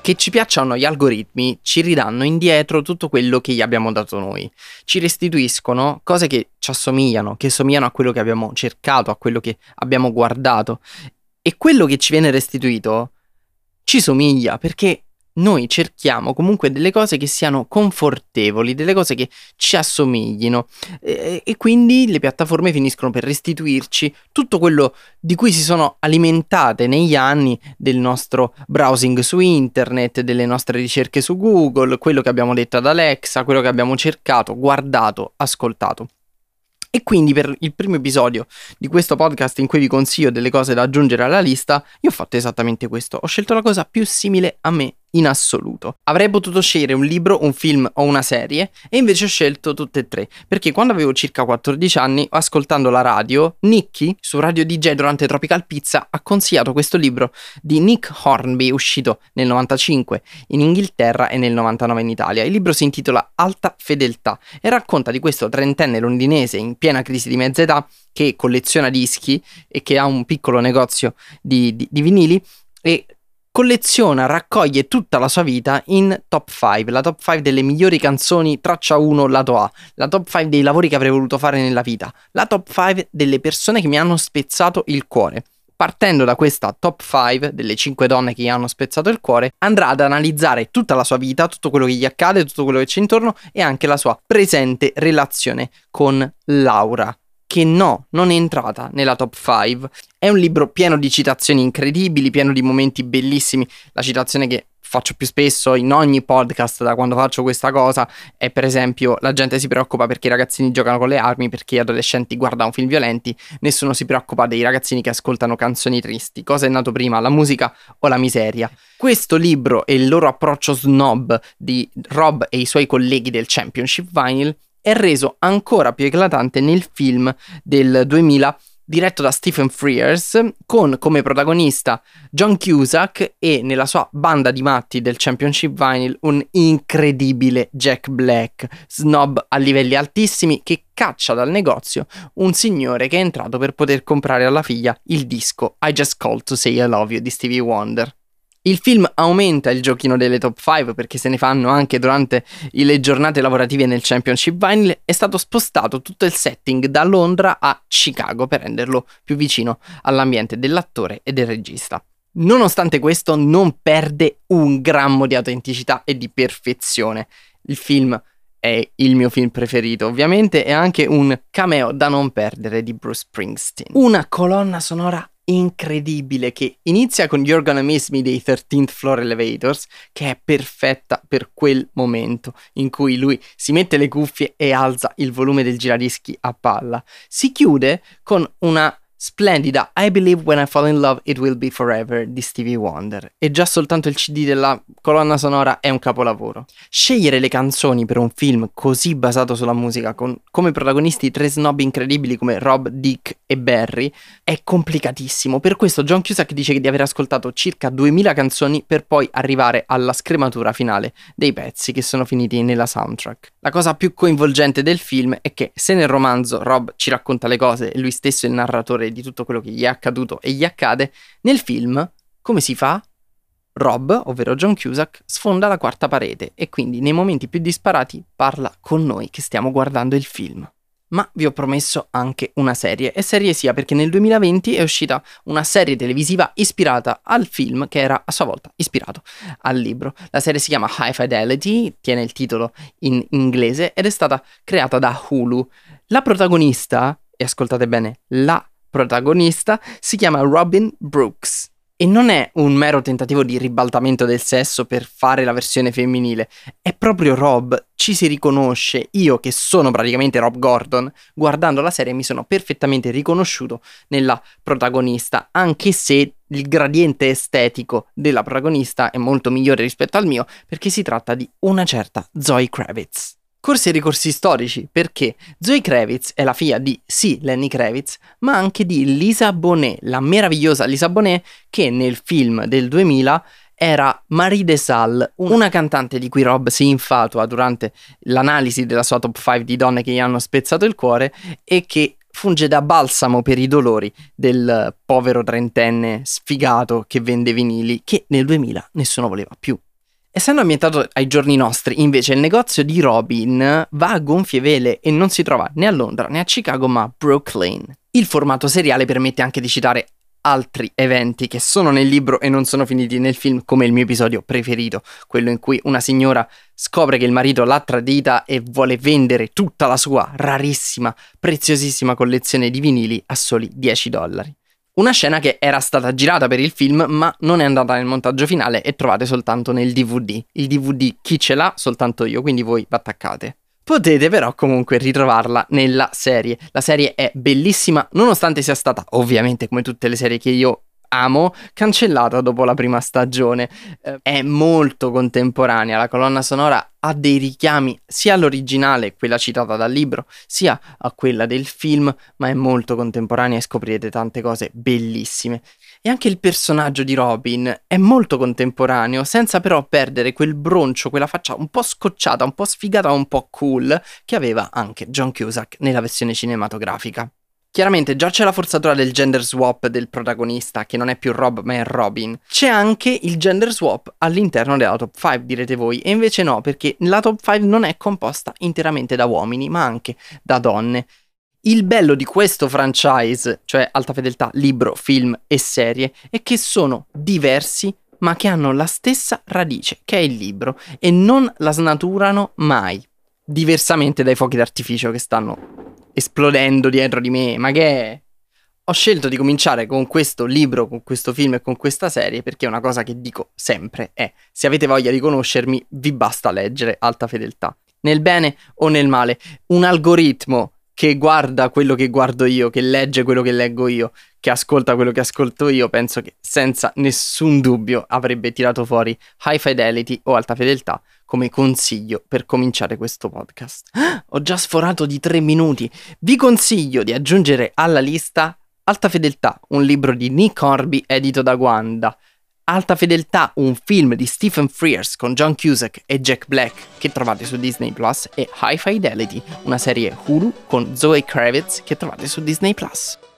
Che ci piacciono gli algoritmi, ci ridanno indietro tutto quello che gli abbiamo dato noi. Ci restituiscono cose che ci assomigliano, che somigliano a quello che abbiamo cercato, a quello che abbiamo guardato. E quello che ci viene restituito ci somiglia, perché noi cerchiamo comunque delle cose che siano confortevoli, delle cose che ci assomiglino, e quindi le piattaforme finiscono per restituirci tutto quello di cui si sono alimentate negli anni del nostro browsing su internet, delle nostre ricerche su Google, quello che abbiamo detto ad Alexa, quello che abbiamo cercato, guardato, ascoltato. E quindi per il primo episodio di questo podcast in cui vi consiglio delle cose da aggiungere alla lista, io ho fatto esattamente questo. Ho scelto la cosa più simile a me in assoluto. Avrei potuto scegliere un libro, un film o una serie, e invece ho scelto tutte e tre, perché quando avevo circa 14 anni, ascoltando la radio, Nicky, su Radio DJ durante Tropical Pizza, ha consigliato questo libro di Nick Hornby, uscito nel 95 in Inghilterra e nel 99 in Italia. Il libro si intitola Alta Fedeltà e racconta di questo trentenne londinese in piena crisi di mezza età che colleziona dischi e che ha un piccolo negozio di vinili e colleziona, raccoglie tutta la sua vita in top 5, la top 5 delle migliori canzoni traccia 1 lato A, la top 5 dei lavori che avrei voluto fare nella vita, la top 5 delle persone che mi hanno spezzato il cuore. Partendo da questa top 5 delle 5 donne che gli hanno spezzato il cuore, andrà ad analizzare tutta la sua vita, tutto quello che gli accade, tutto quello che c'è intorno e anche la sua presente relazione con Laura, che non è entrata nella top 5. È un libro pieno di citazioni incredibili, pieno di momenti bellissimi. La citazione che faccio più spesso in ogni podcast da quando faccio questa cosa è, per esempio, la gente si preoccupa perché i ragazzini giocano con le armi, perché gli adolescenti guardano film violenti, nessuno si preoccupa dei ragazzini che ascoltano canzoni tristi. Cosa è nato prima, la musica o la miseria? Questo libro e il loro approccio snob di Rob e i suoi colleghi del Championship Vinyl è reso ancora più eclatante nel film del 2000 diretto da Stephen Frears, con come protagonista John Cusack e nella sua banda di matti del Championship Vinyl un incredibile Jack Black, snob a livelli altissimi, che caccia dal negozio un signore che è entrato per poter comprare alla figlia il disco I Just Called to Say I Love You di Stevie Wonder. Il film aumenta il giochino delle top 5 perché se ne fanno anche durante le giornate lavorative nel Championship Vinyl. È stato spostato tutto il setting da Londra a Chicago per renderlo più vicino all'ambiente dell'attore e del regista. Nonostante questo non perde un grammo di autenticità e di perfezione. Il film è il mio film preferito, ovviamente, è anche un cameo da non perdere di Bruce Springsteen. Una colonna sonora incredibile che inizia con You're Gonna Miss Me dei 13th Floor Elevators, che è perfetta per quel momento in cui lui si mette le cuffie e alza il volume del giradischi a palla. Si chiude con una splendida I Believe When I Fall in Love It Will Be Forever di Stevie Wonder, e già soltanto il CD della colonna sonora è un capolavoro. Scegliere le canzoni per un film così basato sulla musica, con come protagonisti tre snob incredibili come Rob, Dick e Barry, è complicatissimo. Per questo John Cusack dice di aver ascoltato circa 2000 canzoni per poi arrivare alla scrematura finale dei pezzi che sono finiti nella soundtrack. La cosa più coinvolgente del film è che, se nel romanzo Rob ci racconta le cose e lui stesso è il narratore di tutto quello che gli è accaduto e gli accade, nel film, come si fa? Rob, ovvero John Cusack, sfonda la quarta parete e quindi nei momenti più disparati parla con noi che stiamo guardando il film. Ma vi ho promesso anche una serie, e serie sia perché nel 2020 è uscita una serie televisiva ispirata al film che era a sua volta ispirato al libro. La serie si chiama High Fidelity, tiene il titolo in inglese ed è stata creata da Hulu. La protagonista, e ascoltate bene, la protagonista si chiama Robin Brooks. E non è un mero tentativo di ribaltamento del sesso per fare la versione femminile, è proprio Rob, ci si riconosce. Io, che sono praticamente Rob Gordon, guardando la serie mi sono perfettamente riconosciuto nella protagonista, anche se il gradiente estetico della protagonista è molto migliore rispetto al mio, perché si tratta di una certa Zoe Kravitz. Corsi e ricorsi storici, perché Zoe Kravitz è la figlia di, sì, Lenny Kravitz, ma anche di Lisa Bonet, la meravigliosa Lisa Bonet, che nel film del 2000 era Marie de Salle, una cantante di cui Rob si infatua durante l'analisi della sua top 5 di donne che gli hanno spezzato il cuore, e che funge da balsamo per i dolori del povero trentenne sfigato che vende vinili, che nel 2000 nessuno voleva più. Essendo ambientato ai giorni nostri, invece, il negozio di Robin va a gonfie vele e non si trova né a Londra né a Chicago, ma a Brooklyn. Il formato seriale permette anche di citare altri eventi che sono nel libro e non sono finiti nel film, come il mio episodio preferito, quello in cui una signora scopre che il marito l'ha tradita e vuole vendere tutta la sua rarissima, preziosissima collezione di vinili a soli $10. Una scena che era stata girata per il film ma non è andata nel montaggio finale e trovate soltanto nel DVD. Il DVD chi ce l'ha? Soltanto io, quindi voi attaccate. Potete però comunque ritrovarla nella serie. La serie è bellissima, nonostante sia stata, ovviamente come tutte le serie che io amo, cancellata dopo la prima stagione. È molto contemporanea, la colonna sonora ha dei richiami sia all'originale, quella citata dal libro, sia a quella del film, ma è molto contemporanea e scoprirete tante cose bellissime. E anche il personaggio di Robin è molto contemporaneo, senza però perdere quel broncio, quella faccia un po' scocciata, un po' sfigata, un po' cool, che aveva anche John Cusack nella versione cinematografica. Chiaramente già c'è la forzatura del gender swap del protagonista, che non è più Rob ma è Robin. C'è anche il gender swap all'interno della top 5, direte voi, e invece no, perché la top 5 non è composta interamente da uomini, ma anche da donne. Il bello di questo franchise, cioè Alta Fedeltà, libro, film e serie, è che sono diversi ma che hanno la stessa radice, che è il libro, e non la snaturano mai. Diversamente dai fuochi d'artificio che stanno esplodendo dietro di me, ma che è? Ho scelto di cominciare con questo libro, con questo film e con questa serie perché una cosa che dico sempre è: se avete voglia di conoscermi, vi basta leggere Alta Fedeltà. Nel bene o nel male, un algoritmo che guarda quello che guardo io, che legge quello che leggo io, che ascolta quello che ascolto io, penso che senza nessun dubbio avrebbe tirato fuori High Fidelity o Alta Fedeltà come consiglio per cominciare questo podcast. Ho già sforato di 3 minuti. Vi consiglio di aggiungere alla lista Alta Fedeltà, un libro di Nick Hornby edito da Wanda. Alta Fedeltà, un film di Stephen Frears con John Cusack e Jack Black che trovate su Disney Plus, e High Fidelity, una serie Hulu con Zoe Kravitz che trovate su Disney Plus.